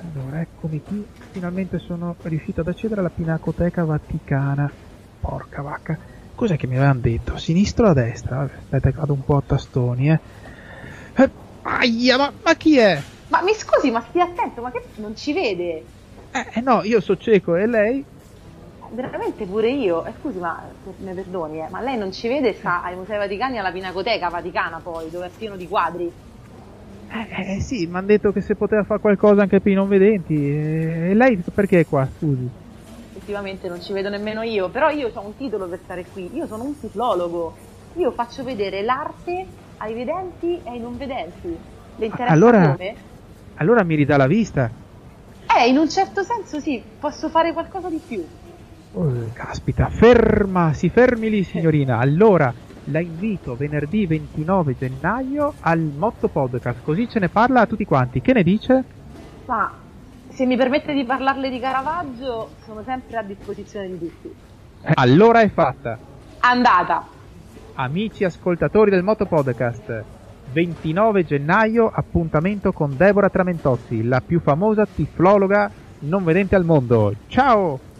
Allora, eccomi qui. Finalmente sono riuscito ad accedere alla Pinacoteca Vaticana. Porca vacca. Cos'è che mi avevano detto? A sinistra o a destra? Vabbè, aspetta che vado un po' a tastoni, Aia, ma chi è? Ma mi scusi, ma stia attento, ma che non ci vede? No, io so cieco, e lei? Veramente pure io. Scusi, ma mi perdoni, ma lei non ci vede? Sta ai Musei Vaticani alla Pinacoteca Vaticana poi, dove è pieno di quadri. Sì, mi hanno detto che se poteva fare qualcosa anche per i non vedenti. E lei perché è qua, scusi? Effettivamente non ci vedo nemmeno io, però io ho un titolo per stare qui. Io sono un tiflologo. Io faccio vedere l'arte ai vedenti e ai non vedenti. Le interessa Allora, come? allora mi ridà la vista. In un certo senso sì, posso fare qualcosa di più. Oh, caspita, si fermi lì signorina. Allora, la invito venerdì 29 gennaio al Motto Podcast, così ce ne parla a tutti quanti. Che ne dice? Ma se mi permette di parlarle di Caravaggio, sono sempre a disposizione di tutti. Allora è fatta. Andata! Amici ascoltatori del Motto Podcast, 29 gennaio appuntamento con Deborah Tramentozzi, la più famosa tiflologa non vedente al mondo. Ciao!